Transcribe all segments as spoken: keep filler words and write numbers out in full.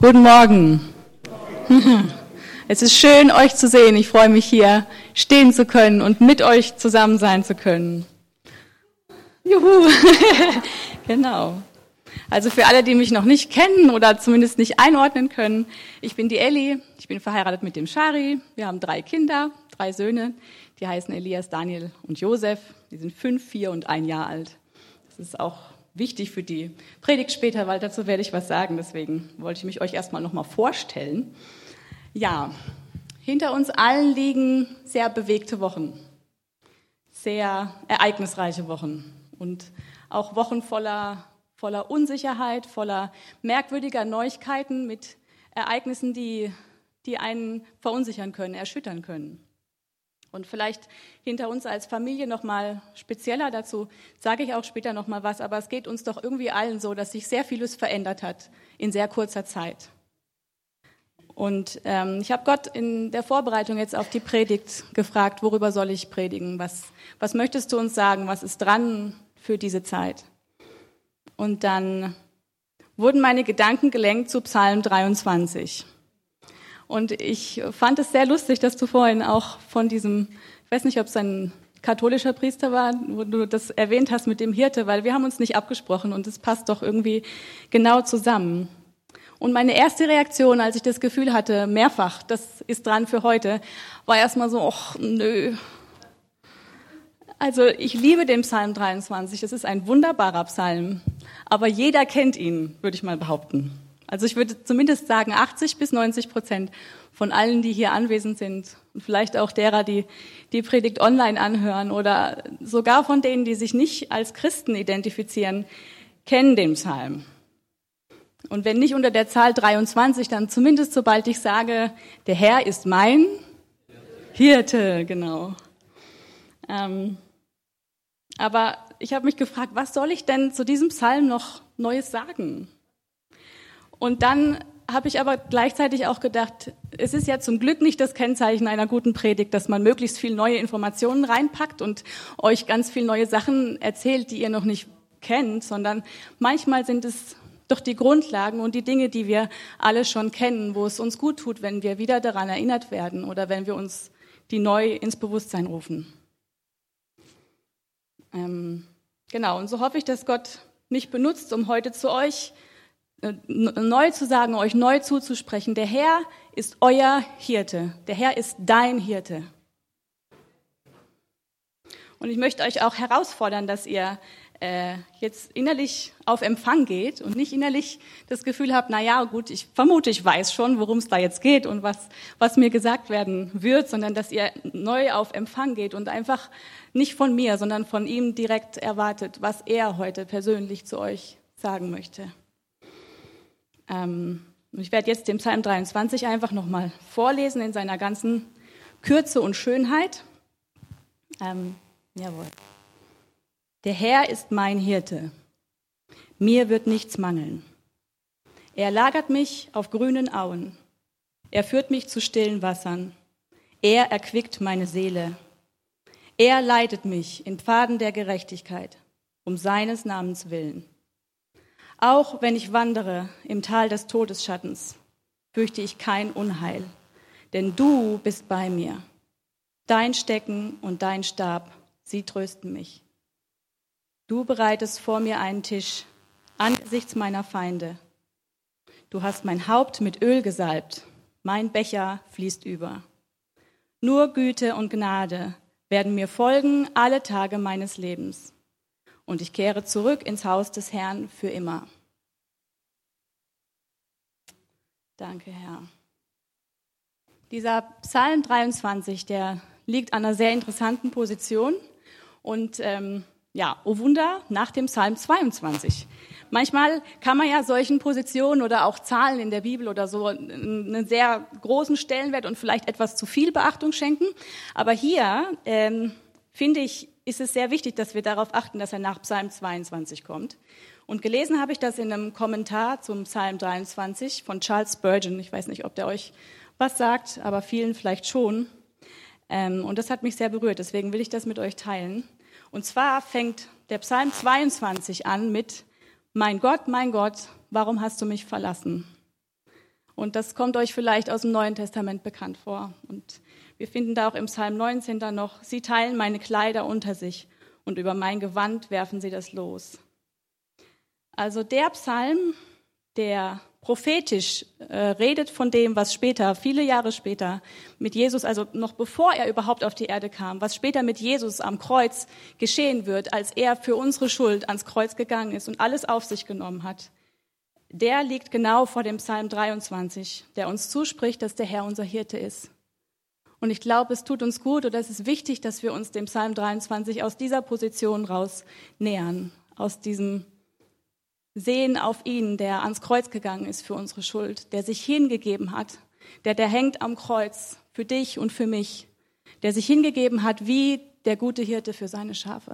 Guten Morgen. Es ist schön, euch zu sehen. Ich freue mich, hier stehen zu können und mit euch zusammen sein zu können. Juhu. Genau. Also für alle, die mich noch nicht kennen oder zumindest nicht einordnen können, ich bin die Elli, ich bin verheiratet mit dem Shari. Wir haben drei Kinder, drei Söhne, die heißen Elias, Daniel und Josef. Die sind fünf, vier und ein Jahr alt. Das ist auch wichtig für die Predigt später, weil dazu werde ich was sagen. Deswegen wollte ich mich euch erstmal nochmal vorstellen. Ja, hinter uns allen liegen sehr bewegte Wochen, sehr ereignisreiche Wochen und auch Wochen voller, voller Unsicherheit, voller merkwürdiger Neuigkeiten mit Ereignissen, die, die einen verunsichern können, erschüttern können. Und vielleicht hinter uns als Familie noch mal spezieller, dazu sage ich auch später noch mal was, aber es geht uns doch irgendwie allen so, dass sich sehr vieles verändert hat in sehr kurzer Zeit. Und ähm, ich habe Gott in der Vorbereitung jetzt auf die Predigt gefragt, worüber soll ich predigen? Was, was möchtest du uns sagen? Was ist dran für diese Zeit? Und dann wurden meine Gedanken gelenkt zu Psalm dreiundzwanzig. Und ich fand es sehr lustig, dass du vorhin auch von diesem, ich weiß nicht, ob es ein katholischer Priester war, wo du das erwähnt hast mit dem Hirte, weil wir haben uns nicht abgesprochen und es passt doch irgendwie genau zusammen. Und meine erste Reaktion, als ich das Gefühl hatte, mehrfach, das ist dran für heute, war erstmal so, ach nö. Also ich liebe den Psalm dreiundzwanzig, das ist ein wunderbarer Psalm, aber jeder kennt ihn, würde ich mal behaupten. Also ich würde zumindest sagen, achtzig bis neunzig Prozent von allen, die hier anwesend sind und vielleicht auch derer, die die Predigt online anhören oder sogar von denen, die sich nicht als Christen identifizieren, kennen den Psalm. Und wenn nicht unter der Zahl dreiundzwanzig, dann zumindest sobald ich sage, der Herr ist mein Hirte, genau. Ähm, aber ich habe mich gefragt, was soll ich denn zu diesem Psalm noch Neues sagen? Und dann habe ich aber gleichzeitig auch gedacht, es ist ja zum Glück nicht das Kennzeichen einer guten Predigt, dass man möglichst viel neue Informationen reinpackt und euch ganz viel neue Sachen erzählt, die ihr noch nicht kennt, sondern manchmal sind es doch die Grundlagen und die Dinge, die wir alle schon kennen, wo es uns gut tut, wenn wir wieder daran erinnert werden oder wenn wir uns die neu ins Bewusstsein rufen. Ähm, genau, und so hoffe ich, dass Gott mich benutzt, um heute zu euch neu zu sagen, euch neu zuzusprechen, der Herr ist euer Hirte, der Herr ist dein Hirte. Und ich möchte euch auch herausfordern, dass ihr äh, jetzt innerlich auf Empfang geht und nicht innerlich das Gefühl habt, na ja, gut, ich vermute, ich weiß schon, worum es da jetzt geht und was, was mir gesagt werden wird, sondern dass ihr neu auf Empfang geht und einfach nicht von mir, sondern von ihm direkt erwartet, was er heute persönlich zu euch sagen möchte. Ich werde jetzt den Psalm dreiundzwanzig einfach nochmal vorlesen in seiner ganzen Kürze und Schönheit. Ähm, jawohl. Der Herr ist mein Hirte, mir wird nichts mangeln. Er lagert mich auf grünen Auen, er führt mich zu stillen Wassern, er erquickt meine Seele. Er leitet mich in Pfaden der Gerechtigkeit, um seines Namens willen. Auch wenn ich wandere im Tal des Todesschattens, fürchte ich kein Unheil, denn du bist bei mir. Dein Stecken und dein Stab, sie trösten mich. Du bereitest vor mir einen Tisch angesichts meiner Feinde. Du hast mein Haupt mit Öl gesalbt, mein Becher fließt über. Nur Güte und Gnade werden mir folgen alle Tage meines Lebens. Und ich kehre zurück ins Haus des Herrn für immer. Danke, Herr. Dieser Psalm dreiundzwanzig, der liegt an einer sehr interessanten Position. Und ähm, ja, oh Wunder, nach dem Psalm zweiundzwanzig. Manchmal kann man ja solchen Positionen oder auch Zahlen in der Bibel oder so einen sehr großen Stellenwert und vielleicht etwas zu viel Beachtung schenken. Aber hier ähm, finde ich, ist es sehr wichtig, dass wir darauf achten, dass er nach Psalm zweiundzwanzig kommt. Und gelesen habe ich das in einem Kommentar zum Psalm dreiundzwanzig von Charles Spurgeon. Ich weiß nicht, ob der euch was sagt, aber vielen vielleicht schon. Und das hat mich sehr berührt, deswegen will ich das mit euch teilen. Und zwar fängt der Psalm zweiundzwanzig an mit: Mein Gott, mein Gott, warum hast du mich verlassen? Und das kommt euch vielleicht aus dem Neuen Testament bekannt vor. Und wir finden da auch im Psalm neunzehn dann noch, sie teilen meine Kleider unter sich und über mein Gewand werfen sie das los. Also der Psalm, der prophetisch äh, redet von dem, was später, viele Jahre später mit Jesus, also noch bevor er überhaupt auf die Erde kam, was später mit Jesus am Kreuz geschehen wird, als er für unsere Schuld ans Kreuz gegangen ist und alles auf sich genommen hat, der liegt genau vor dem Psalm dreiundzwanzig, der uns zuspricht, dass der Herr unser Hirte ist. Und ich glaube, es tut uns gut oder es ist wichtig, dass wir uns dem Psalm dreiundzwanzig aus dieser Position raus nähern, aus diesem Sehen auf ihn, der ans Kreuz gegangen ist für unsere Schuld, der sich hingegeben hat, der, der hängt am Kreuz für dich und für mich, der sich hingegeben hat wie der gute Hirte für seine Schafe.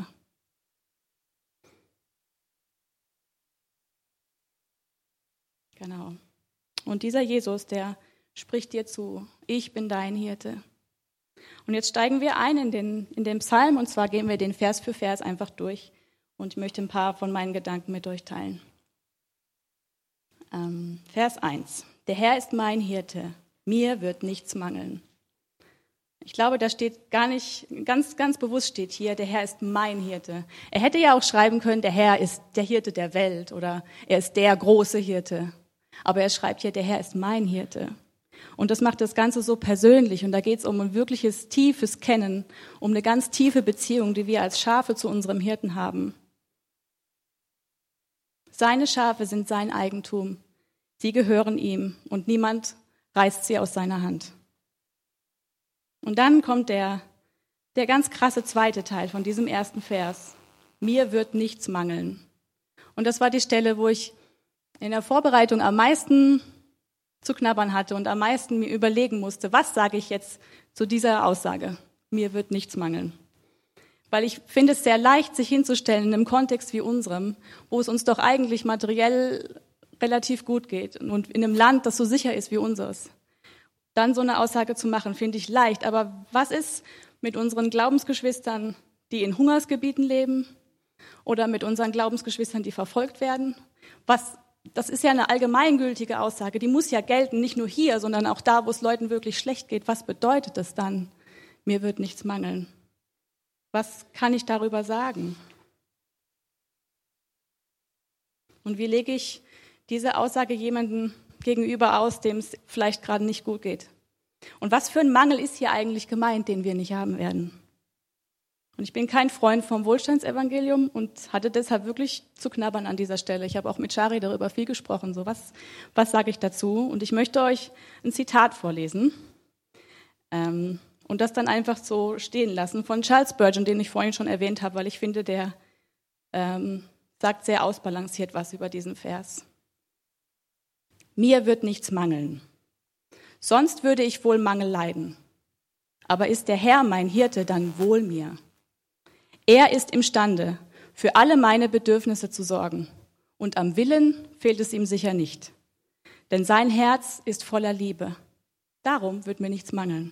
Genau. Und dieser Jesus, der spricht dir zu, ich bin dein Hirte. Und jetzt steigen wir ein in den, in den Psalm, und zwar gehen wir den Vers für Vers einfach durch. Und ich möchte ein paar von meinen Gedanken mit euch teilen. Ähm, Vers eins. Der Herr ist mein Hirte, mir wird nichts mangeln. Ich glaube, da steht gar nicht, ganz, ganz bewusst steht hier, der Herr ist mein Hirte. Er hätte ja auch schreiben können, der Herr ist der Hirte der Welt oder er ist der große Hirte. Aber er schreibt hier, der Herr ist mein Hirte. Und das macht das Ganze so persönlich. Und da geht es um ein wirkliches, tiefes Kennen, um eine ganz tiefe Beziehung, die wir als Schafe zu unserem Hirten haben. Seine Schafe sind sein Eigentum. Sie gehören ihm und niemand reißt sie aus seiner Hand. Und dann kommt der, der ganz krasse zweite Teil von diesem ersten Vers. Mir wird nichts mangeln. Und das war die Stelle, wo ich in der Vorbereitung am meisten zu knabbern hatte und am meisten mir überlegen musste, was sage ich jetzt zu dieser Aussage? Mir wird nichts mangeln. Weil ich finde es sehr leicht, sich hinzustellen in einem Kontext wie unserem, wo es uns doch eigentlich materiell relativ gut geht und in einem Land, das so sicher ist wie unseres. Dann so eine Aussage zu machen, finde ich leicht. Aber was ist mit unseren Glaubensgeschwistern, die in Hungersgebieten leben oder mit unseren Glaubensgeschwistern, die verfolgt werden? Was, das ist ja eine allgemeingültige Aussage, die muss ja gelten, nicht nur hier, sondern auch da, wo es Leuten wirklich schlecht geht. Was bedeutet das dann? Mir wird nichts mangeln. Was kann ich darüber sagen? Und wie lege ich diese Aussage jemandem gegenüber aus, dem es vielleicht gerade nicht gut geht? Und was für ein Mangel ist hier eigentlich gemeint, den wir nicht haben werden? Und ich bin kein Freund vom Wohlstandsevangelium und hatte deshalb wirklich zu knabbern an dieser Stelle. Ich habe auch mit Shari darüber viel gesprochen. So, was, was sage ich dazu? Und ich möchte euch ein Zitat vorlesen. Ähm, Und das dann einfach so stehen lassen von Charles Spurgeon, den ich vorhin schon erwähnt habe, weil ich finde, der ähm, sagt sehr ausbalanciert was über diesen Vers. Mir wird nichts mangeln. Sonst würde ich wohl Mangel leiden. Aber ist der Herr mein Hirte, dann wohl mir. Er ist imstande, für alle meine Bedürfnisse zu sorgen. Und am Willen fehlt es ihm sicher nicht. Denn sein Herz ist voller Liebe. Darum wird mir nichts mangeln.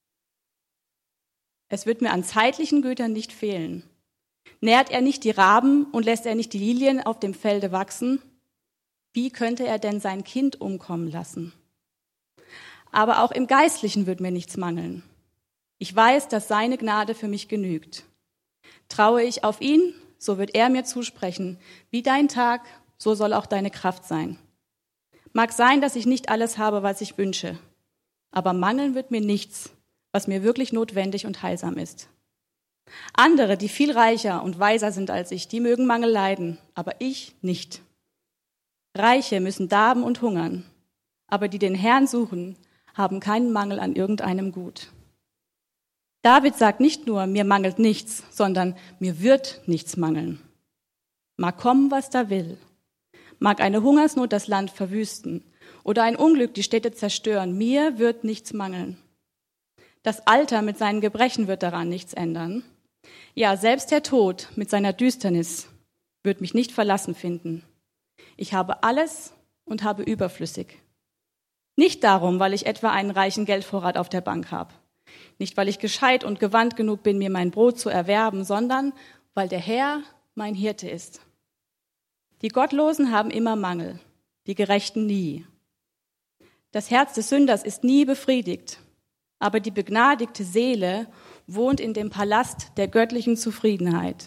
Es wird mir an zeitlichen Gütern nicht fehlen. Nährt er nicht die Raben und lässt er nicht die Lilien auf dem Felde wachsen? Wie könnte er denn sein Kind umkommen lassen? Aber auch im Geistlichen wird mir nichts mangeln. Ich weiß, dass seine Gnade für mich genügt. Traue ich auf ihn, so wird er mir zusprechen. Wie dein Tag, so soll auch deine Kraft sein. Mag sein, dass ich nicht alles habe, was ich wünsche. Aber mangeln wird mir nichts, was mir wirklich notwendig und heilsam ist. Andere, die viel reicher und weiser sind als ich, die mögen Mangel leiden, aber ich nicht. Reiche müssen darben und hungern, aber die den Herrn suchen, haben keinen Mangel an irgendeinem Gut. David sagt nicht nur, mir mangelt nichts, sondern mir wird nichts mangeln. Mag kommen, was da will. Mag eine Hungersnot das Land verwüsten oder ein Unglück die Städte zerstören, mir wird nichts mangeln. Das Alter mit seinen Gebrechen wird daran nichts ändern. Ja, selbst der Tod mit seiner Düsternis wird mich nicht verlassen finden. Ich habe alles und habe überflüssig. Nicht darum, weil ich etwa einen reichen Geldvorrat auf der Bank habe. Nicht, weil ich gescheit und gewandt genug bin, mir mein Brot zu erwerben, sondern weil der Herr mein Hirte ist. Die Gottlosen haben immer Mangel, die Gerechten nie. Das Herz des Sünders ist nie befriedigt, aber die begnadigte Seele wohnt in dem Palast der göttlichen Zufriedenheit.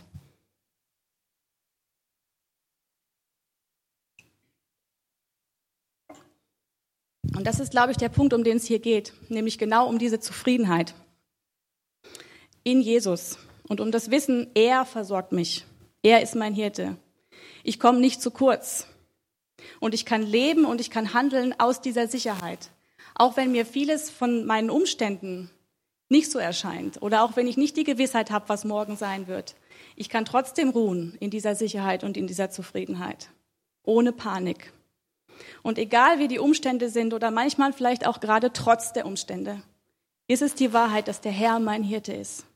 Und das ist, glaube ich, der Punkt, um den es hier geht, nämlich genau um diese Zufriedenheit in Jesus und um das Wissen, er versorgt mich, er ist mein Hirte. Ich komme nicht zu kurz und ich kann leben und ich kann handeln aus dieser Sicherheit, auch wenn mir vieles von meinen Umständen nicht so erscheint oder auch wenn ich nicht die Gewissheit habe, was morgen sein wird. Ich kann trotzdem ruhen in dieser Sicherheit und in dieser Zufriedenheit, ohne Panik. Und egal wie die Umstände sind oder manchmal vielleicht auch gerade trotz der Umstände, ist es die Wahrheit, dass der Herr mein Hirte ist.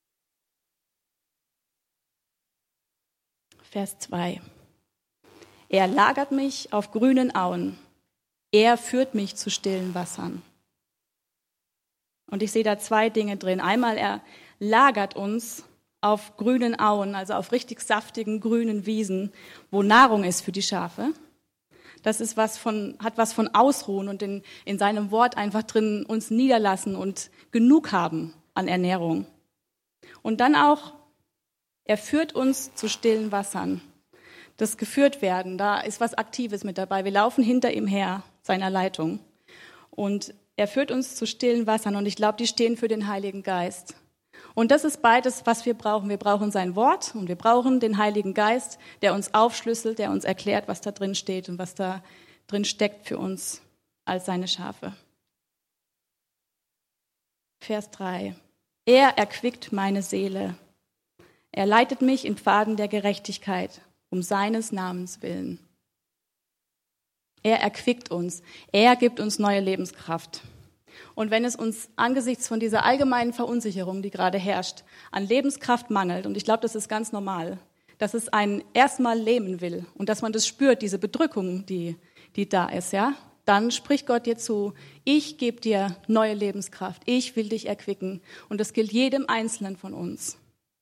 Vers zwei. Er lagert mich auf grünen Auen. Er führt mich zu stillen Wassern. Und ich sehe da zwei Dinge drin. Einmal, er lagert uns auf grünen Auen, also auf richtig saftigen grünen Wiesen, wo Nahrung ist für die Schafe. Das ist was von, hat was von Ausruhen und in, in seinem Wort einfach drin uns niederlassen und genug haben an Ernährung. Und dann auch, er führt uns zu stillen Wassern. Das geführt werden, da ist was Aktives mit dabei. Wir laufen hinter ihm her, seiner Leitung. Und er führt uns zu stillen Wassern und ich glaube, die stehen für den Heiligen Geist. Und das ist beides, was wir brauchen. Wir brauchen sein Wort und wir brauchen den Heiligen Geist, der uns aufschlüsselt, der uns erklärt, was da drin steht und was da drin steckt für uns als seine Schafe. Vers drei. Er erquickt meine Seele. Er leitet mich in Pfaden der Gerechtigkeit, um seines Namens willen. Er erquickt uns. Er gibt uns neue Lebenskraft. Und wenn es uns angesichts von dieser allgemeinen Verunsicherung, die gerade herrscht, an Lebenskraft mangelt, und ich glaube, das ist ganz normal, dass es einen erstmal lähmen will und dass man das spürt, diese Bedrückung, die, die da ist, ja, dann spricht Gott dir zu, ich gebe dir neue Lebenskraft, ich will dich erquicken. Und das gilt jedem Einzelnen von uns.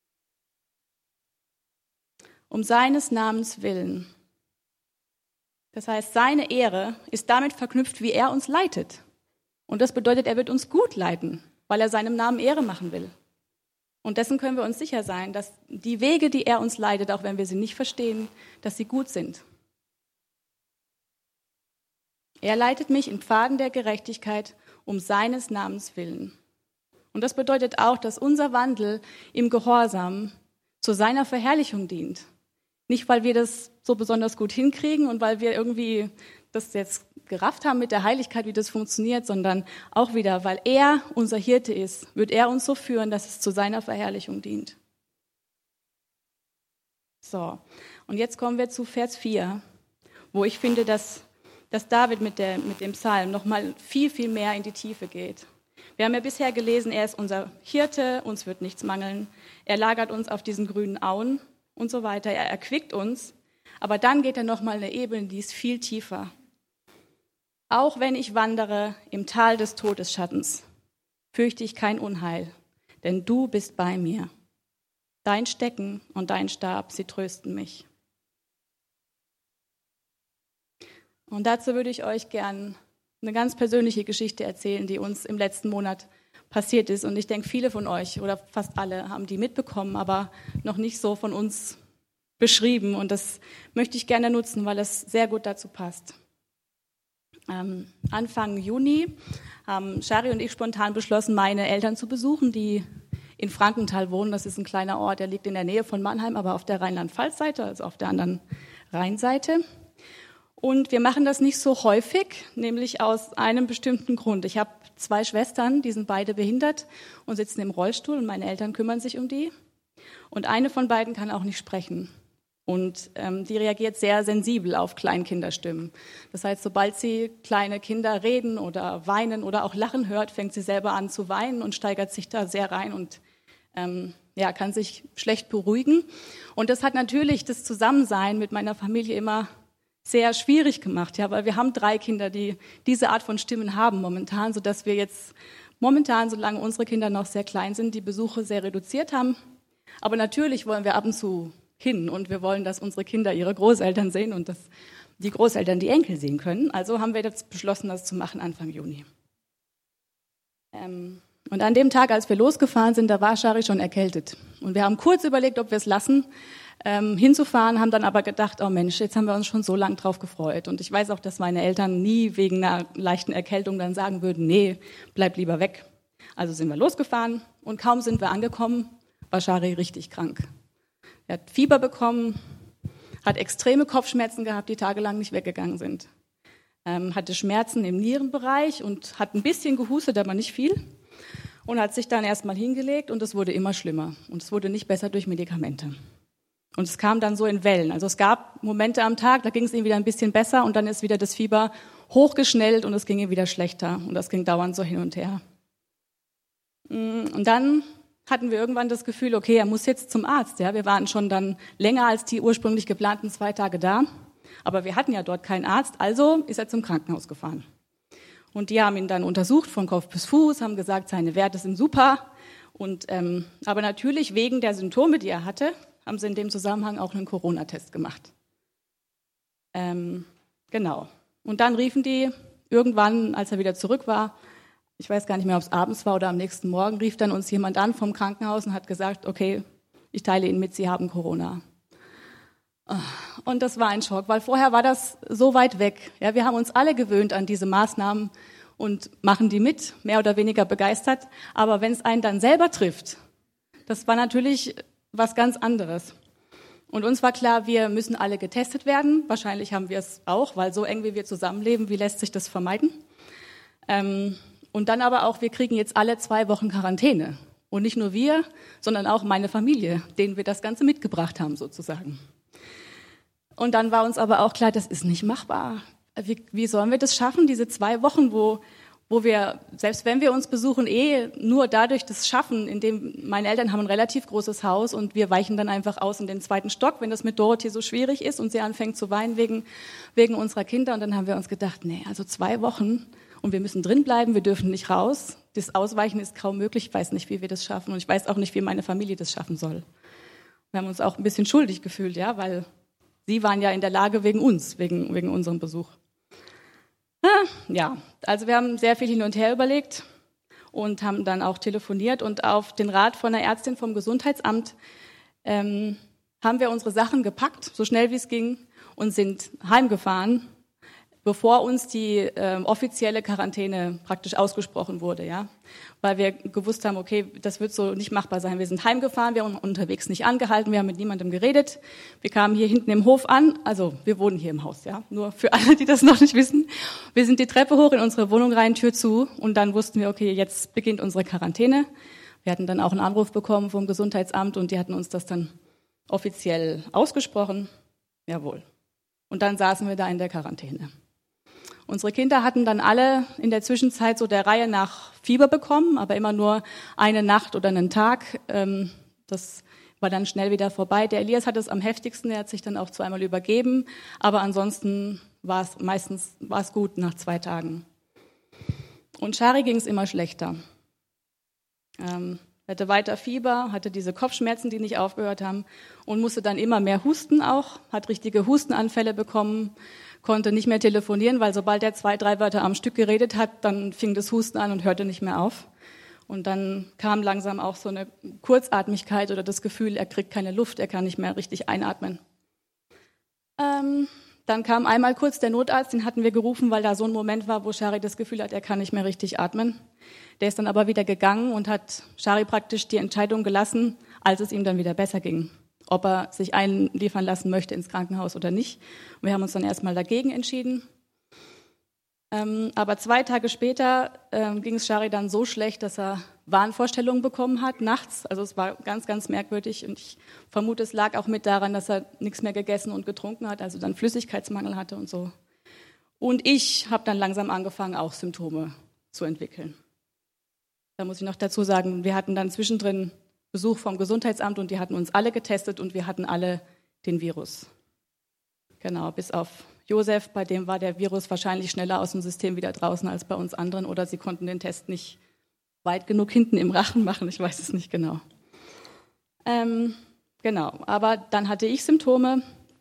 Um seines Namens willen. Das heißt, seine Ehre ist damit verknüpft, wie er uns leitet. Und das bedeutet, er wird uns gut leiten, weil er seinem Namen Ehre machen will. Und dessen können wir uns sicher sein, dass die Wege, die er uns leitet, auch wenn wir sie nicht verstehen, dass sie gut sind. Er leitet mich in Pfaden der Gerechtigkeit um seines Namens willen. Und das bedeutet auch, dass unser Wandel im Gehorsam zu seiner Verherrlichung dient. Nicht, weil wir das so besonders gut hinkriegen und weil wir irgendwie das jetzt gerafft haben mit der Heiligkeit, wie das funktioniert, sondern auch wieder, weil er unser Hirte ist, wird er uns so führen, dass es zu seiner Verherrlichung dient. So, und jetzt kommen wir zu Vers vier, wo ich finde, dass, dass David mit, der, mit dem Psalm nochmal viel, viel mehr in die Tiefe geht. Wir haben ja bisher gelesen, er ist unser Hirte, uns wird nichts mangeln, er lagert uns auf diesen grünen Auen und so weiter, er erquickt uns, aber dann geht er nochmal eine Ebene, die ist viel tiefer. Auch wenn ich wandere im Tal des Todesschattens, fürchte ich kein Unheil, denn du bist bei mir. Dein Stecken und dein Stab, sie trösten mich. Und dazu würde ich euch gern eine ganz persönliche Geschichte erzählen, die uns im letzten Monat passiert ist. Und ich denke, viele von euch oder fast alle haben die mitbekommen, aber noch nicht so von uns beschrieben. Und das möchte ich gerne nutzen, weil es sehr gut dazu passt. Ähm, Anfang Juni haben Shari und ich spontan beschlossen, meine Eltern zu besuchen, die in Frankenthal wohnen. Das ist ein kleiner Ort, der liegt in der Nähe von Mannheim, aber auf der Rheinland-Pfalz-Seite, also auf der anderen Rheinseite. Und wir machen das nicht so häufig, nämlich aus einem bestimmten Grund. Ich habe zwei Schwestern, die sind beide behindert und sitzen im Rollstuhl und meine Eltern kümmern sich um die. Und eine von beiden kann auch nicht sprechen. Und ähm, die reagiert sehr sensibel auf Kleinkinderstimmen. Das heißt, sobald sie kleine Kinder reden oder weinen oder auch lachen hört, fängt sie selber an zu weinen und steigert sich da sehr rein und ähm, ja, kann sich schlecht beruhigen. Und das hat natürlich das Zusammensein mit meiner Familie immer sehr schwierig gemacht, ja, weil wir haben drei Kinder, die diese Art von Stimmen haben momentan, sodass wir jetzt momentan, solange unsere Kinder noch sehr klein sind, die Besuche sehr reduziert haben. Aber natürlich wollen wir ab und zu hin und wir wollen, dass unsere Kinder ihre Großeltern sehen und das die Großeltern die Enkel sehen können. Also haben wir jetzt beschlossen, das zu machen Anfang Juni. Ähm, und an dem Tag, als wir losgefahren sind, da war Shari schon erkältet. Und wir haben kurz überlegt, ob wir es lassen, ähm, hinzufahren, haben dann aber gedacht, oh Mensch, jetzt haben wir uns schon so lange drauf gefreut. Und ich weiß auch, dass meine Eltern nie wegen einer leichten Erkältung dann sagen würden, nee, bleib lieber weg. Also sind wir losgefahren und kaum sind wir angekommen, war Shari richtig krank. Er hat Fieber bekommen, hat extreme Kopfschmerzen gehabt, die tagelang nicht weggegangen sind. Ähm, hatte Schmerzen im Nierenbereich und hat ein bisschen gehustet, aber nicht viel. Und hat sich dann erstmal hingelegt und es wurde immer schlimmer. Und es wurde nicht besser durch Medikamente. Und es kam dann so in Wellen. Also es gab Momente am Tag, da ging es ihm wieder ein bisschen besser und dann ist wieder das Fieber hochgeschnellt und es ging ihm wieder schlechter. Und das ging dauernd so hin und her. Und dann hatten wir irgendwann das Gefühl, okay, er muss jetzt zum Arzt. Ja, wir waren schon dann länger als die ursprünglich geplanten zwei Tage da. Aber wir hatten ja dort keinen Arzt, also ist er zum Krankenhaus gefahren. Und die haben ihn dann untersucht von Kopf bis Fuß, haben gesagt, seine Werte sind super. Und, ähm, aber natürlich wegen der Symptome, die er hatte, haben sie in dem Zusammenhang auch einen Corona-Test gemacht. Ähm, genau. Und dann riefen die irgendwann, als er wieder zurück war, ich weiß gar nicht mehr, ob es abends war oder am nächsten Morgen, rief dann uns jemand an vom Krankenhaus und hat gesagt, okay, ich teile Ihnen mit, Sie haben Corona. Und das war ein Schock, weil vorher war das so weit weg. Ja, wir haben uns alle gewöhnt an diese Maßnahmen und machen die mit, mehr oder weniger begeistert. Aber wenn es einen dann selber trifft, das war natürlich was ganz anderes. Und uns war klar, wir müssen alle getestet werden. Wahrscheinlich haben wir es auch, weil so eng wie wir zusammenleben, wie lässt sich das vermeiden? Ähm, und dann aber auch, wir kriegen jetzt alle zwei Wochen Quarantäne. Und nicht nur wir, sondern auch meine Familie, denen wir das Ganze mitgebracht haben sozusagen. Und dann war uns aber auch klar, das ist nicht machbar. Wie, wie sollen wir das schaffen, diese zwei Wochen, wo, wo wir, selbst wenn wir uns besuchen, eh nur dadurch das schaffen, indem meine Eltern haben ein relativ großes Haus und wir weichen dann einfach aus in den zweiten Stock, wenn das mit Dorothee so schwierig ist und sie anfängt zu weinen wegen, wegen unserer Kinder. Und dann haben wir uns gedacht, nee, also zwei Wochen und wir müssen drin bleiben, wir dürfen nicht raus. Das Ausweichen ist kaum möglich, ich weiß nicht, wie wir das schaffen und ich weiß auch nicht, wie meine Familie das schaffen soll. Wir haben uns auch ein bisschen schuldig gefühlt, ja, weil sie waren ja in der Lage wegen uns, wegen, wegen unserem Besuch. Ah, ja, also wir haben sehr viel hin und her überlegt und haben dann auch telefoniert und auf den Rat von einer Ärztin vom Gesundheitsamt ähm, haben wir unsere Sachen gepackt, so schnell wie es ging, und sind heimgefahren, bevor uns die äh, offizielle Quarantäne praktisch ausgesprochen wurde, ja, weil wir gewusst haben, okay, das wird so nicht machbar sein. Wir sind heimgefahren, wir haben unterwegs nicht angehalten, wir haben mit niemandem geredet. Wir kamen hier hinten im Hof an, also wir wohnen hier im Haus, ja, nur für alle, die das noch nicht wissen. Wir sind die Treppe hoch in unsere Wohnung rein, Tür zu und dann wussten wir, okay, jetzt beginnt unsere Quarantäne. Wir hatten dann auch einen Anruf bekommen vom Gesundheitsamt und die hatten uns das dann offiziell ausgesprochen. Jawohl. Und dann saßen wir da in der Quarantäne. Unsere Kinder hatten dann alle in der Zwischenzeit so der Reihe nach Fieber bekommen, aber immer nur eine Nacht oder einen Tag. Das war dann schnell wieder vorbei. Der Elias hatte es am heftigsten, er hat sich dann auch zweimal übergeben, aber ansonsten war es meistens war es gut nach zwei Tagen. Und Shari ging es immer schlechter. Ähm, hatte weiter Fieber, hatte diese Kopfschmerzen, die nicht aufgehört haben und musste dann immer mehr husten auch, hat richtige Hustenanfälle bekommen, konnte nicht mehr telefonieren, weil sobald er zwei, drei Wörter am Stück geredet hat, dann fing das Husten an und hörte nicht mehr auf. Und dann kam langsam auch so eine Kurzatmigkeit oder das Gefühl, er kriegt keine Luft, er kann nicht mehr richtig einatmen. Ähm, dann kam einmal kurz der Notarzt, den hatten wir gerufen, weil da so ein Moment war, wo Shari das Gefühl hat, er kann nicht mehr richtig atmen. Der ist dann aber wieder gegangen und hat Shari praktisch die Entscheidung gelassen, als es ihm dann wieder besser ging, ob er sich einliefern lassen möchte ins Krankenhaus oder nicht. Und wir haben uns dann erstmal dagegen entschieden. Ähm, aber zwei Tage später ähm, ging es Shari dann so schlecht, dass er Wahnvorstellungen bekommen hat, nachts. Also es war ganz, ganz merkwürdig. Und ich vermute, es lag auch mit daran, dass er nichts mehr gegessen und getrunken hat, also dann Flüssigkeitsmangel hatte und so. Und ich habe dann langsam angefangen, auch Symptome zu entwickeln. Da muss ich noch dazu sagen, wir hatten dann zwischendrin Besuch vom Gesundheitsamt und die hatten uns alle getestet und wir hatten alle den Virus. Genau, bis auf Josef, bei dem war der Virus wahrscheinlich schneller aus dem System wieder draußen als bei uns anderen oder sie konnten den Test nicht weit genug hinten im Rachen machen, ich weiß es nicht genau. Ähm, genau, aber dann hatte ich Symptome.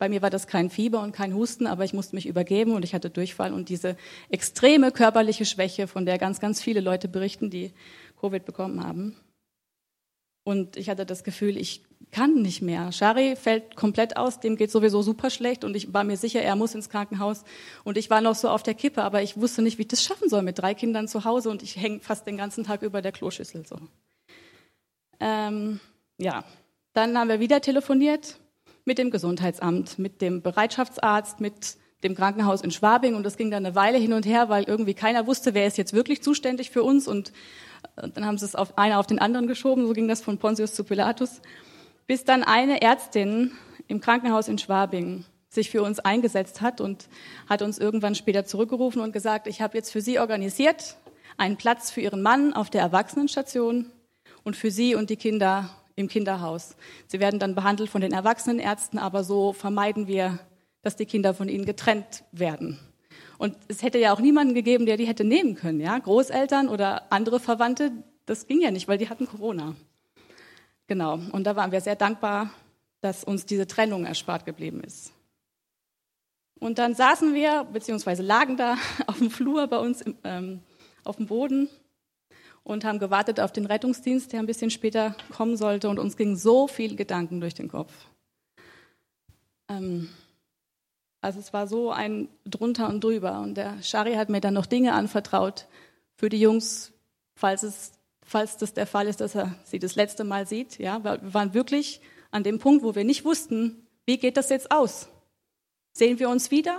Bei mir war das kein Fieber und kein Husten, aber ich musste mich übergeben und ich hatte Durchfall und diese extreme körperliche Schwäche, von der ganz, ganz viele Leute berichten, die Covid bekommen haben. Und ich hatte das Gefühl, ich kann nicht mehr. Shari fällt komplett aus, dem geht sowieso super schlecht und ich war mir sicher, er muss ins Krankenhaus. Und ich war noch so auf der Kippe, aber ich wusste nicht, wie ich das schaffen soll mit drei Kindern zu Hause und ich hänge fast den ganzen Tag über der Kloschüssel. So. Ähm, ja, dann haben wir wieder telefoniert mit dem Gesundheitsamt, mit dem Bereitschaftsarzt, mit dem Krankenhaus in Schwabing und das ging dann eine Weile hin und her, weil irgendwie keiner wusste, wer ist jetzt wirklich zuständig für uns und dann haben sie es auf einer auf den anderen geschoben, so ging das von Pontius zu Pilatus, bis dann eine Ärztin im Krankenhaus in Schwabing sich für uns eingesetzt hat und hat uns irgendwann später zurückgerufen und gesagt, ich habe jetzt für Sie organisiert einen Platz für Ihren Mann auf der Erwachsenenstation und für Sie und die Kinder im Kinderhaus. Sie werden dann behandelt von den Erwachsenenärzten, aber so vermeiden wir, dass die Kinder von ihnen getrennt werden. Und es hätte ja auch niemanden gegeben, der die hätte nehmen können, ja, Großeltern oder andere Verwandte, das ging ja nicht, weil die hatten Corona. Genau, und da waren wir sehr dankbar, dass uns diese Trennung erspart geblieben ist. Und dann saßen wir, beziehungsweise lagen da auf dem Flur bei uns im, ähm, auf dem Boden und haben gewartet auf den Rettungsdienst, der ein bisschen später kommen sollte. Und uns gingen so viele Gedanken durch den Kopf. Ähm, also es war so ein drunter und drüber. Und der Shari hat mir dann noch Dinge anvertraut für die Jungs, falls es, falls das der Fall ist, dass er sie das letzte Mal sieht. Ja, wir waren wirklich an dem Punkt, wo wir nicht wussten, wie geht das jetzt aus? Sehen wir uns wieder?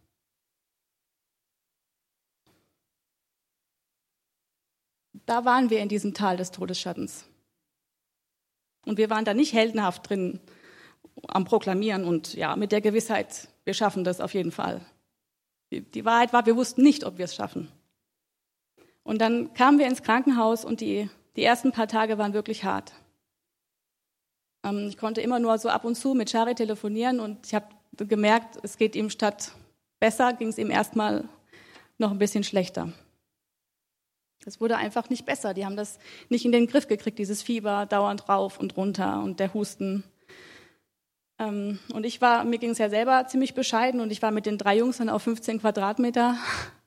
Da waren wir in diesem Tal des Todesschattens. Und wir waren da nicht heldenhaft drin am Proklamieren und ja, mit der Gewissheit, wir schaffen das auf jeden Fall. Die Wahrheit war, wir wussten nicht, ob wir es schaffen. Und dann kamen wir ins Krankenhaus und die, die ersten paar Tage waren wirklich hart. Ähm, ich konnte immer nur so ab und zu mit Shari telefonieren und ich habe gemerkt, es geht ihm statt besser, ging es ihm erstmal noch ein bisschen schlechter. Es wurde einfach nicht besser. Die haben das nicht in den Griff gekriegt, dieses Fieber, dauernd rauf und runter und der Husten. Ähm, und ich war, mir ging es ja selber ziemlich bescheiden und ich war mit den drei Jungs dann auf fünfzehn Quadratmeter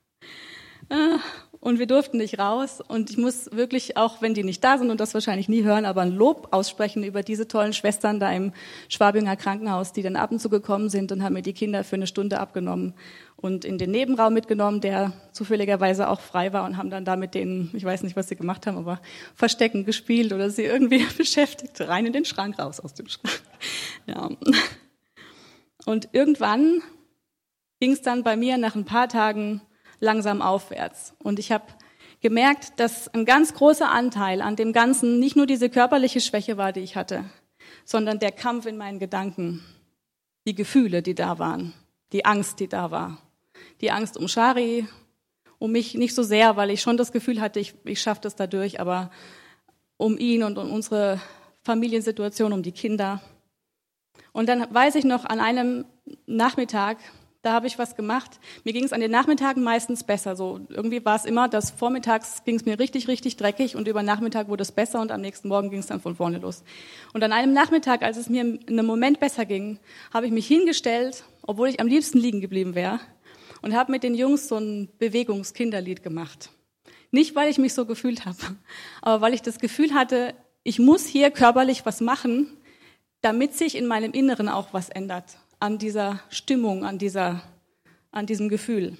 und wir durften nicht raus. Und ich muss wirklich, auch wenn die nicht da sind und das wahrscheinlich nie hören, aber ein Lob aussprechen über diese tollen Schwestern da im Schwabinger Krankenhaus, die dann ab und zu gekommen sind und haben mir die Kinder für eine Stunde abgenommen und in den Nebenraum mitgenommen, der zufälligerweise auch frei war und haben dann da mit denen, ich weiß nicht, was sie gemacht haben, aber Verstecken gespielt oder sie irgendwie beschäftigt, rein in den Schrank, raus aus dem Schrank. Ja. Und irgendwann ging es dann bei mir nach ein paar Tagen langsam aufwärts. Und ich habe gemerkt, dass ein ganz großer Anteil an dem Ganzen nicht nur diese körperliche Schwäche war, die ich hatte, sondern der Kampf in meinen Gedanken, die Gefühle, die da waren, die Angst, die da war. Die Angst um Shari, um mich nicht so sehr, weil ich schon das Gefühl hatte, ich, ich schaffe das dadurch, aber um ihn und um unsere Familiensituation, um die Kinder. Und dann weiß ich noch, an einem Nachmittag, da habe ich was gemacht. Mir ging es an den Nachmittagen meistens besser. So irgendwie war es immer, dass vormittags ging es mir richtig, richtig dreckig und über Nachmittag wurde es besser und am nächsten Morgen ging es dann von vorne los. Und an einem Nachmittag, als es mir in einem Moment besser ging, habe ich mich hingestellt, obwohl ich am liebsten liegen geblieben wäre, und habe mit den Jungs so ein Bewegungskinderlied gemacht. Nicht, weil ich mich so gefühlt habe, aber weil ich das Gefühl hatte, ich muss hier körperlich was machen, damit sich in meinem Inneren auch was ändert. An dieser Stimmung, an dieser, an diesem Gefühl.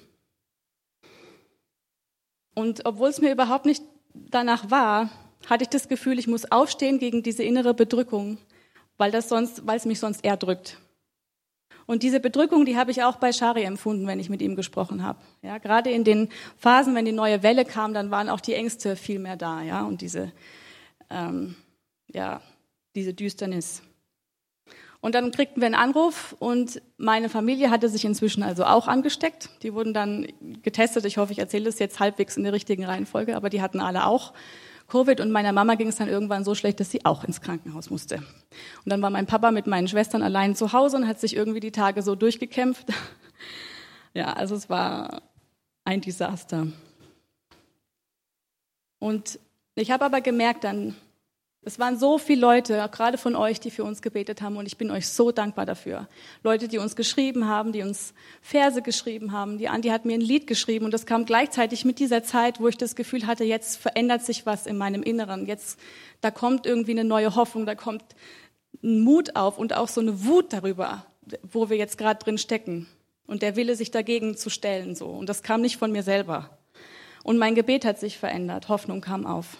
Und obwohl es mir überhaupt nicht danach war, hatte ich das Gefühl, ich muss aufstehen gegen diese innere Bedrückung, weil das sonst, weil es mich sonst eher drückt. Und diese Bedrückung, die habe ich auch bei Shari empfunden, wenn ich mit ihm gesprochen habe. Ja, gerade in den Phasen, wenn die neue Welle kam, dann waren auch die Ängste viel mehr da, ja, und diese, ähm, ja, diese Düsternis. Und dann kriegten wir einen Anruf und meine Familie hatte sich inzwischen also auch angesteckt. Die wurden dann getestet. Ich hoffe, ich erzähle das jetzt halbwegs in der richtigen Reihenfolge, aber die hatten alle auch Covid und meiner Mama ging es dann irgendwann so schlecht, dass sie auch ins Krankenhaus musste. Und dann war mein Papa mit meinen Schwestern allein zu Hause und hat sich irgendwie die Tage so durchgekämpft. Ja, also es war ein Desaster. Und ich habe aber gemerkt dann, Es waren so viele Leute, gerade von euch, die für uns gebetet haben und ich bin euch so dankbar dafür. Leute, die uns geschrieben haben, die uns Verse geschrieben haben. Die Andi hat mir ein Lied geschrieben und das kam gleichzeitig mit dieser Zeit, wo ich das Gefühl hatte, jetzt verändert sich was in meinem Inneren. Jetzt, da kommt irgendwie eine neue Hoffnung, da kommt ein Mut auf und auch so eine Wut darüber, wo wir jetzt gerade drin stecken. Und der Wille, sich dagegen zu stellen, so. Und das kam nicht von mir selber. Und mein Gebet hat sich verändert, Hoffnung kam auf.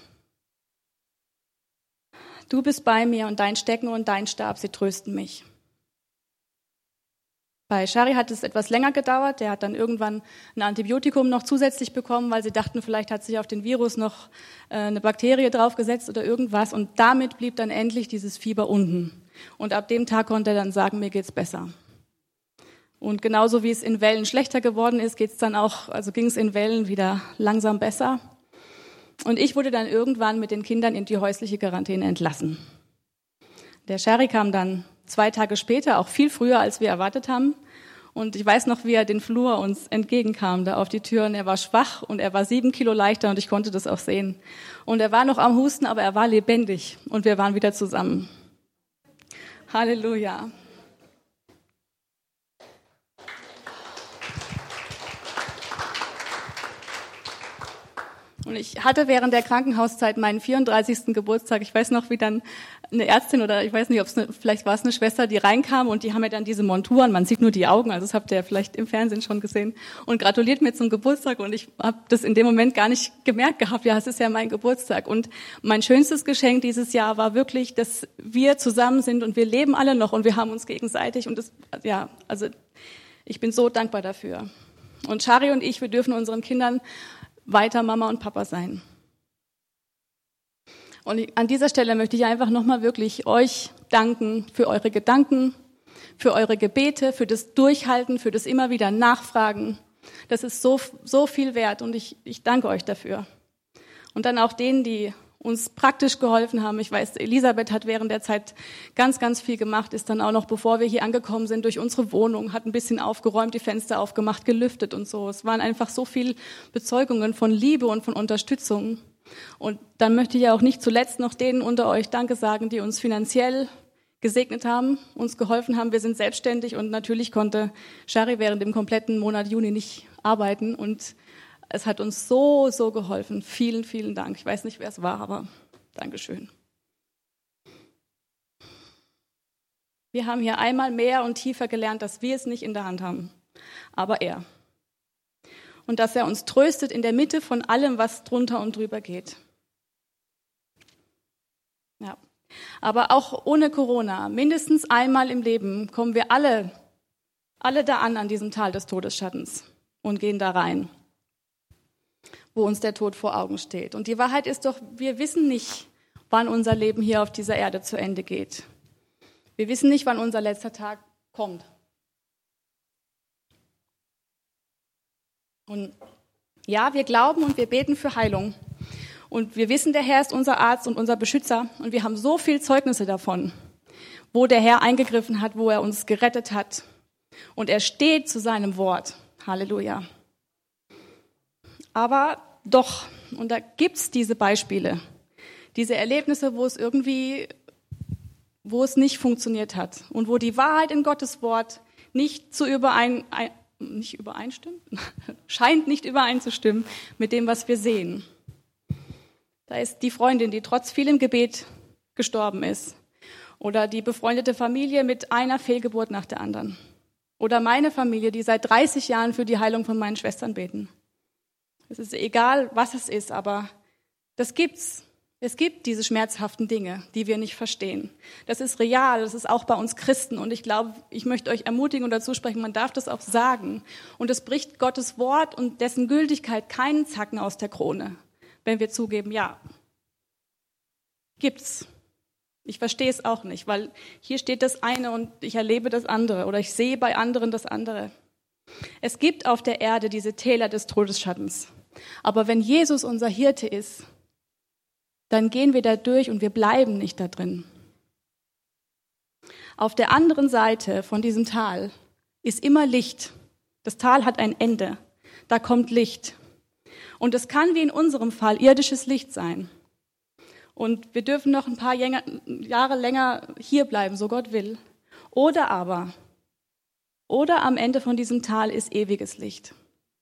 Du bist bei mir und dein Stecken und dein Stab, sie trösten mich. Bei Shari hat es etwas länger gedauert. Der hat dann irgendwann ein Antibiotikum noch zusätzlich bekommen, weil sie dachten, vielleicht hat sich auf den Virus noch eine Bakterie draufgesetzt oder irgendwas. Und damit blieb dann endlich dieses Fieber unten. Und ab dem Tag konnte er dann sagen, mir geht's besser. Und genauso wie es in Wellen schlechter geworden ist, geht's dann auch, also ging es in Wellen wieder langsam besser. Und ich wurde dann irgendwann mit den Kindern in die häusliche Quarantäne entlassen. Der Shari kam dann zwei Tage später, auch viel früher, als wir erwartet haben. Und ich weiß noch, wie er den Flur uns entgegenkam, da auf die Tür. Und er war schwach und er war sieben Kilo leichter und ich konnte das auch sehen. Und er war noch am Husten, aber er war lebendig und wir waren wieder zusammen. Halleluja. Und ich hatte während der Krankenhauszeit meinen vierunddreißigsten Geburtstag. Ich weiß noch, wie dann eine Ärztin oder ich weiß nicht, ob es eine, vielleicht war es eine Schwester, die reinkam und die haben mir dann diese Monturen, man sieht nur die Augen, also das habt ihr ja vielleicht im Fernsehen schon gesehen, und gratuliert mir zum Geburtstag und ich habe das in dem Moment gar nicht gemerkt gehabt, ja, es ist ja mein Geburtstag. Und mein schönstes Geschenk dieses Jahr war wirklich, dass wir zusammen sind und wir leben alle noch und wir haben uns gegenseitig und das, ja, also ich bin so dankbar dafür. Und Shari und ich, wir dürfen unseren Kindern weiter Mama und Papa sein. Und an dieser Stelle möchte ich einfach nochmal wirklich euch danken für eure Gedanken, für eure Gebete, für das Durchhalten, für das immer wieder Nachfragen. Das ist so, so viel wert und ich, ich danke euch dafür. Und dann auch denen, die uns praktisch geholfen haben. Ich weiß, Elisabeth hat während der Zeit ganz, ganz viel gemacht, ist dann auch noch, bevor wir hier angekommen sind, durch unsere Wohnung, hat ein bisschen aufgeräumt, die Fenster aufgemacht, gelüftet und so. Es waren einfach so viel Bezeugungen von Liebe und von Unterstützung. Und dann möchte ich ja auch nicht zuletzt noch denen unter euch Danke sagen, die uns finanziell gesegnet haben, uns geholfen haben. Wir sind selbstständig und natürlich konnte Shari während dem kompletten Monat Juni nicht arbeiten und es hat uns so, so geholfen. Vielen, vielen Dank. Ich weiß nicht, wer es war, aber Dankeschön. Wir haben hier einmal mehr und tiefer gelernt, dass wir es nicht in der Hand haben, aber er. Und dass er uns tröstet in der Mitte von allem, was drunter und drüber geht. Ja. Aber auch ohne Corona, mindestens einmal im Leben, kommen wir alle, alle da an, an diesem Tal des Todesschattens und gehen da rein, wo uns der Tod vor Augen steht. Und die Wahrheit ist doch, wir wissen nicht, wann unser Leben hier auf dieser Erde zu Ende geht. Wir wissen nicht, wann unser letzter Tag kommt. Und ja, wir glauben und wir beten für Heilung. Und wir wissen, der Herr ist unser Arzt und unser Beschützer. Und wir haben so viel Zeugnisse davon, wo der Herr eingegriffen hat, wo er uns gerettet hat. Und er steht zu seinem Wort. Halleluja. Aber doch, und da gibt's diese Beispiele, diese Erlebnisse, wo es irgendwie, wo es nicht funktioniert hat und wo die Wahrheit in Gottes Wort nicht zu überein, ein, nicht übereinstimmt, scheint nicht übereinzustimmen mit dem, was wir sehen. Da ist die Freundin, die trotz vielem Gebet gestorben ist, oder die befreundete Familie mit einer Fehlgeburt nach der anderen, oder meine Familie, die seit dreißig Jahren für die Heilung von meinen Schwestern beten. Es ist egal, was es ist, aber das gibt's. Es gibt diese schmerzhaften Dinge, die wir nicht verstehen. Das ist real, das ist auch bei uns Christen. Und ich glaube, ich möchte euch ermutigen und dazu sprechen, man darf das auch sagen. Und es bricht Gottes Wort und dessen Gültigkeit keinen Zacken aus der Krone, wenn wir zugeben, ja, gibt's. Ich verstehe es auch nicht, weil hier steht das eine und ich erlebe das andere oder ich sehe bei anderen das andere. Es gibt auf der Erde diese Täler des Todesschattens. Aber wenn Jesus unser Hirte ist, dann gehen wir da durch und wir bleiben nicht da drin. Auf der anderen Seite von diesem Tal ist immer Licht. Das Tal hat ein Ende. Da kommt Licht. Und es kann wie in unserem Fall irdisches Licht sein. und wir dürfen noch ein paar Jahre länger hier bleiben, so Gott will. Oder aber, oder am Ende von diesem Tal ist ewiges Licht.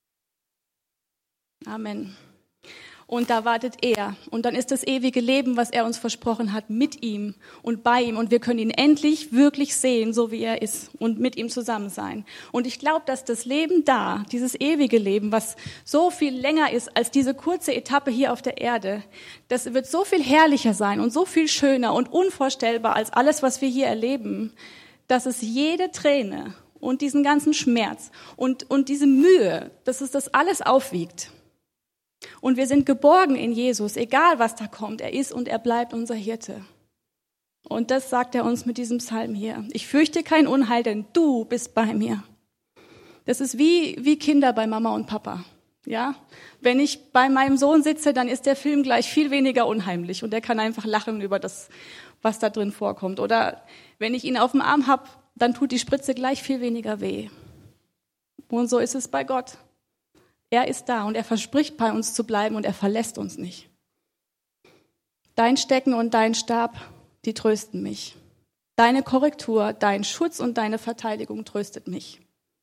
Amen. Und da wartet er. Und dann ist das ewige Leben, was er uns versprochen hat, mit ihm und bei ihm. Und wir können ihn endlich wirklich sehen, so wie er ist und mit ihm zusammen sein. Und ich glaube, dass das Leben da, dieses ewige Leben, was so viel länger ist als diese kurze Etappe hier auf der Erde, das wird so viel herrlicher sein und so viel schöner und unvorstellbar als alles, was wir hier erleben, dass es jede Träne und diesen ganzen Schmerz und, und diese Mühe, dass es das alles aufwiegt. Und wir sind geborgen in Jesus, egal was da kommt. Er ist und er bleibt unser Hirte. Und das sagt er uns mit diesem Psalm hier. Ich fürchte kein Unheil, denn du bist bei mir. Das ist wie, wie Kinder bei Mama und Papa. Ja? Wenn ich bei meinem Sohn sitze, dann ist der Film gleich viel weniger unheimlich und er kann einfach lachen über das, was da drin vorkommt. Oder wenn ich ihn auf dem Arm habe, dann tut die Spritze gleich viel weniger weh. Und so ist es bei Gott. Er ist da und er verspricht, bei uns zu bleiben und er verlässt uns nicht. Dein Stecken und dein Stab, die trösten mich. Deine Korrektur, dein Schutz und deine Verteidigung tröstet mich.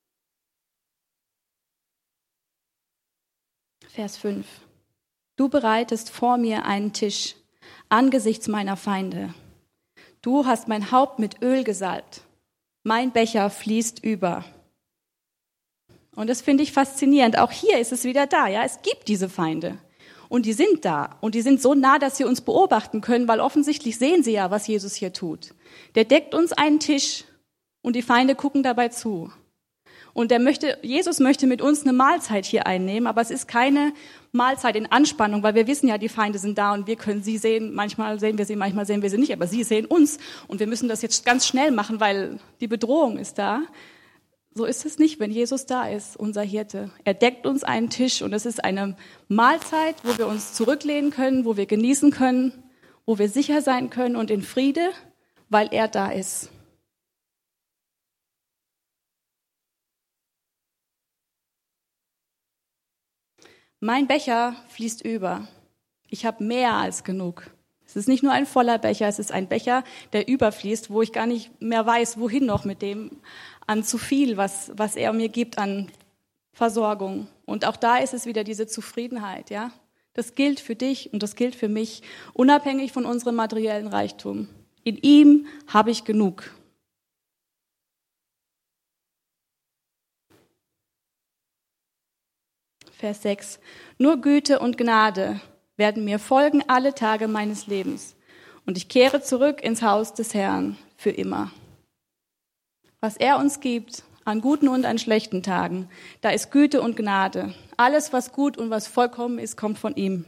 Vers fünf. Du bereitest vor mir einen Tisch angesichts meiner Feinde. Du hast mein Haupt mit Öl gesalbt. Mein Becher fließt über. Und das finde ich faszinierend. Auch hier ist es wieder da. Ja, es gibt diese Feinde. Und die sind da. Und die sind so nah, dass sie uns beobachten können, weil offensichtlich sehen sie ja, was Jesus hier tut. Der deckt uns einen Tisch und die Feinde gucken dabei zu. Und der möchte, Jesus möchte mit uns eine Mahlzeit hier einnehmen, aber es ist keine Mahlzeit in Anspannung, weil wir wissen ja, die Feinde sind da und wir können sie sehen. Manchmal sehen wir sie, manchmal sehen wir sie nicht, aber sie sehen uns. Und wir müssen das jetzt ganz schnell machen, weil die Bedrohung ist da. So ist es nicht, wenn Jesus da ist, unser Hirte. Er deckt uns einen Tisch und es ist eine Mahlzeit, wo wir uns zurücklehnen können, wo wir genießen können, wo wir sicher sein können und in Friede, weil er da ist. Mein Becher fließt über. Ich habe mehr als genug. Es ist nicht nur ein voller Becher, es ist ein Becher, der überfließt, wo ich gar nicht mehr weiß, wohin noch mit dem, an zu viel, was, was er mir gibt an Versorgung. Und auch da ist es wieder diese Zufriedenheit, ja. Das gilt für dich und das gilt für mich, unabhängig von unserem materiellen Reichtum. In ihm habe ich genug. Vers sechs. Nur Güte und Gnade werden mir folgen alle Tage meines Lebens. Und ich kehre zurück ins Haus des Herrn für immer. Was er uns gibt, an guten und an schlechten Tagen, da ist Güte und Gnade. Alles, was gut und was vollkommen ist, kommt von ihm.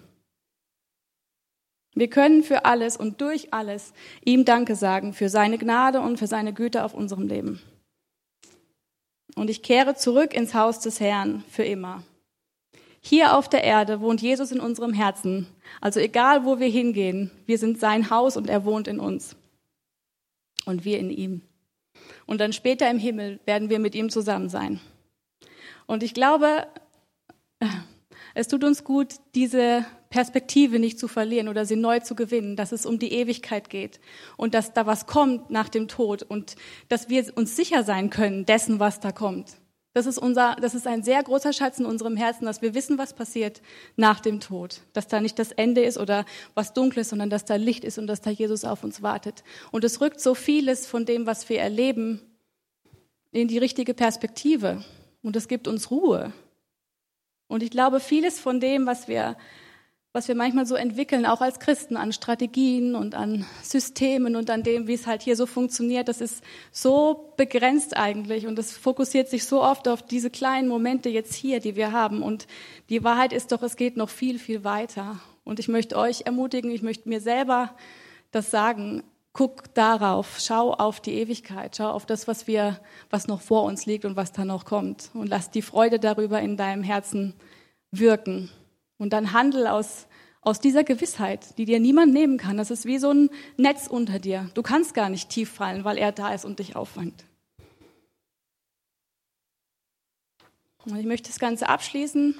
Wir können für alles und durch alles ihm Danke sagen, für seine Gnade und für seine Güte auf unserem Leben. Und ich kehre zurück ins Haus des Herrn für immer. Hier auf der Erde wohnt Jesus in unserem Herzen. Also egal, wo wir hingehen, wir sind sein Haus und er wohnt in uns. Und wir in ihm. Und dann später im Himmel werden wir mit ihm zusammen sein. Und ich glaube, es tut uns gut, diese Perspektive nicht zu verlieren oder sie neu zu gewinnen, dass es um die Ewigkeit geht und dass da was kommt nach dem Tod und dass wir uns sicher sein können dessen, was da kommt. Das ist unser, das ist ein sehr großer Schatz in unserem Herzen, dass wir wissen, was passiert nach dem Tod. Dass da nicht das Ende ist oder was Dunkles, sondern dass da Licht ist und dass da Jesus auf uns wartet. Und es rückt so vieles von dem, was wir erleben, in die richtige Perspektive. Und es gibt uns Ruhe. Und ich glaube, vieles von dem, was wir, was wir manchmal so entwickeln, auch als Christen, an Strategien und an Systemen und an dem, wie es halt hier so funktioniert, das ist so begrenzt eigentlich und es fokussiert sich so oft auf diese kleinen Momente jetzt hier, die wir haben. Und die Wahrheit ist doch, es geht noch viel, viel weiter. Und ich möchte euch ermutigen, ich möchte mir selber das sagen, guck darauf, schau auf die Ewigkeit, schau auf das, was wir, was noch vor uns liegt und was da noch kommt. Und lass die Freude darüber in deinem Herzen wirken. Und dann handel aus, aus dieser Gewissheit, die dir niemand nehmen kann. Das ist wie so ein Netz unter dir. Du kannst gar nicht tief fallen, weil er da ist und dich auffängt. Und ich möchte das Ganze abschließen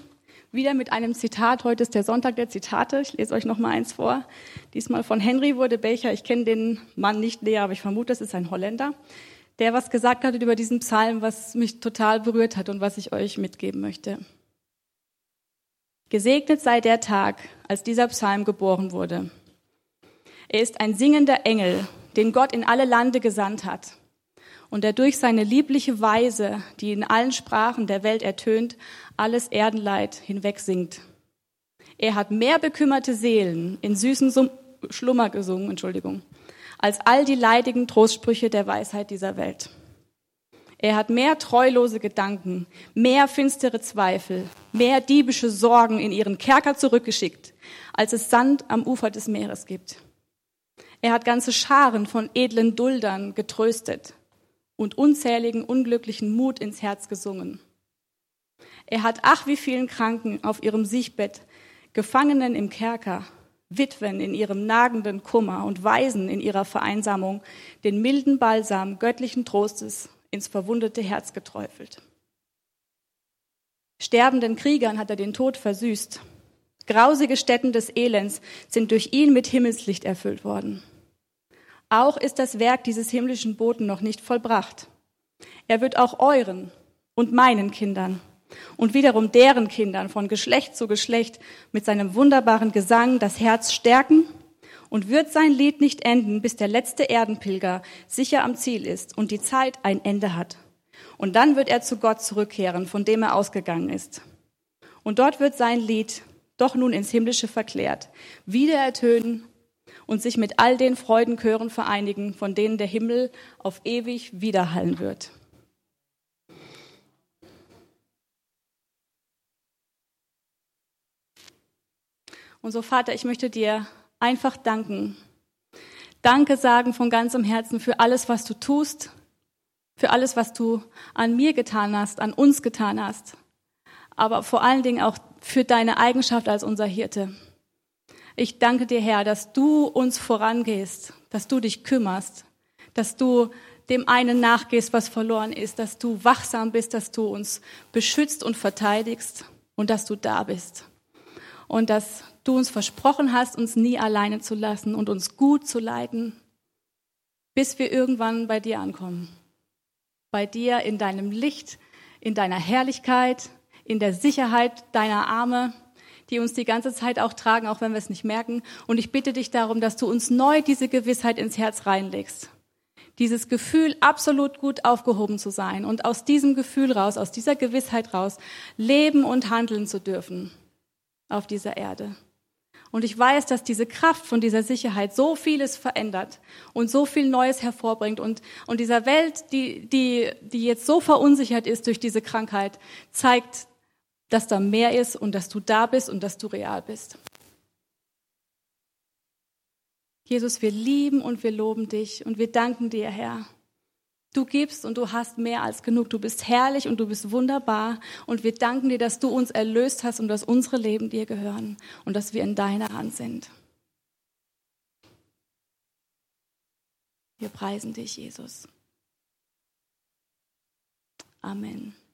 wieder mit einem Zitat. Heute ist der Sonntag der Zitate. Ich lese euch noch mal eins vor. Diesmal von Henry wurde Becher. Ich kenne den Mann nicht näher, aber ich vermute, das ist ein Holländer, der was gesagt hat über diesen Psalm, was mich total berührt hat und was ich euch mitgeben möchte. Gesegnet sei der Tag, als dieser Psalm geboren wurde. Er ist ein singender Engel, den Gott in alle Lande gesandt hat und der durch seine liebliche Weise, die in allen Sprachen der Welt ertönt, alles Erdenleid hinweg singt. Er hat mehr bekümmerte Seelen in süßen Sum- Schlummer gesungen, Entschuldigung, als all die leidigen Trostsprüche der Weisheit dieser Welt. Er hat mehr treulose Gedanken, mehr finstere Zweifel, mehr diebische Sorgen in ihren Kerker zurückgeschickt, als es Sand am Ufer des Meeres gibt. Er hat ganze Scharen von edlen Duldern getröstet und unzähligen unglücklichen Mut ins Herz gesungen. Er hat ach wie vielen Kranken auf ihrem Siechbett, Gefangenen im Kerker, Witwen in ihrem nagenden Kummer und Waisen in ihrer Vereinsamung den milden Balsam göttlichen Trostes ins verwundete Herz geträufelt. Sterbenden Kriegern hat er den Tod versüßt. Grausige Stätten des Elends sind durch ihn mit Himmelslicht erfüllt worden. Auch ist das Werk dieses himmlischen Boten noch nicht vollbracht. Er wird auch euren und meinen Kindern und wiederum deren Kindern von Geschlecht zu Geschlecht mit seinem wunderbaren Gesang das Herz stärken und wird sein Lied nicht enden, bis der letzte Erdenpilger sicher am Ziel ist und die Zeit ein Ende hat. Und dann wird er zu Gott zurückkehren, von dem er ausgegangen ist. Und dort wird sein Lied, doch nun ins Himmlische verklärt, wieder ertönen und sich mit all den Freudenchören vereinigen, von denen der Himmel auf ewig widerhallen wird. Und so, Vater, ich möchte dir einfach danken. Danke sagen von ganzem Herzen für alles, was du tust, für alles, was du an mir getan hast, an uns getan hast, aber vor allen Dingen auch für deine Eigenschaft als unser Hirte. Ich danke dir, Herr, dass du uns vorangehst, dass du dich kümmerst, dass du dem einen nachgehst, was verloren ist, dass du wachsam bist, dass du uns beschützt und verteidigst und dass du da bist. Und dass du uns versprochen hast, uns nie alleine zu lassen und uns gut zu leiten, bis wir irgendwann bei dir ankommen. Bei dir in deinem Licht, in deiner Herrlichkeit, in der Sicherheit deiner Arme, die uns die ganze Zeit auch tragen, auch wenn wir es nicht merken. Und ich bitte dich darum, dass du uns neu diese Gewissheit ins Herz reinlegst. Dieses Gefühl, absolut gut aufgehoben zu sein und aus diesem Gefühl raus, aus dieser Gewissheit raus, leben und handeln zu dürfen auf dieser Erde. Und ich weiß, dass diese Kraft von dieser Sicherheit so vieles verändert und so viel Neues hervorbringt. Und, und dieser Welt, die, die, die jetzt so verunsichert ist durch diese Krankheit, zeigt, dass da mehr ist und dass du da bist und dass du real bist. Jesus, wir lieben und wir loben dich und wir danken dir, Herr. Du gibst und du hast mehr als genug. Du bist herrlich und du bist wunderbar. Und wir danken dir, dass du uns erlöst hast und dass unsere Leben dir gehören und dass wir in deiner Hand sind. Wir preisen dich, Jesus. Amen.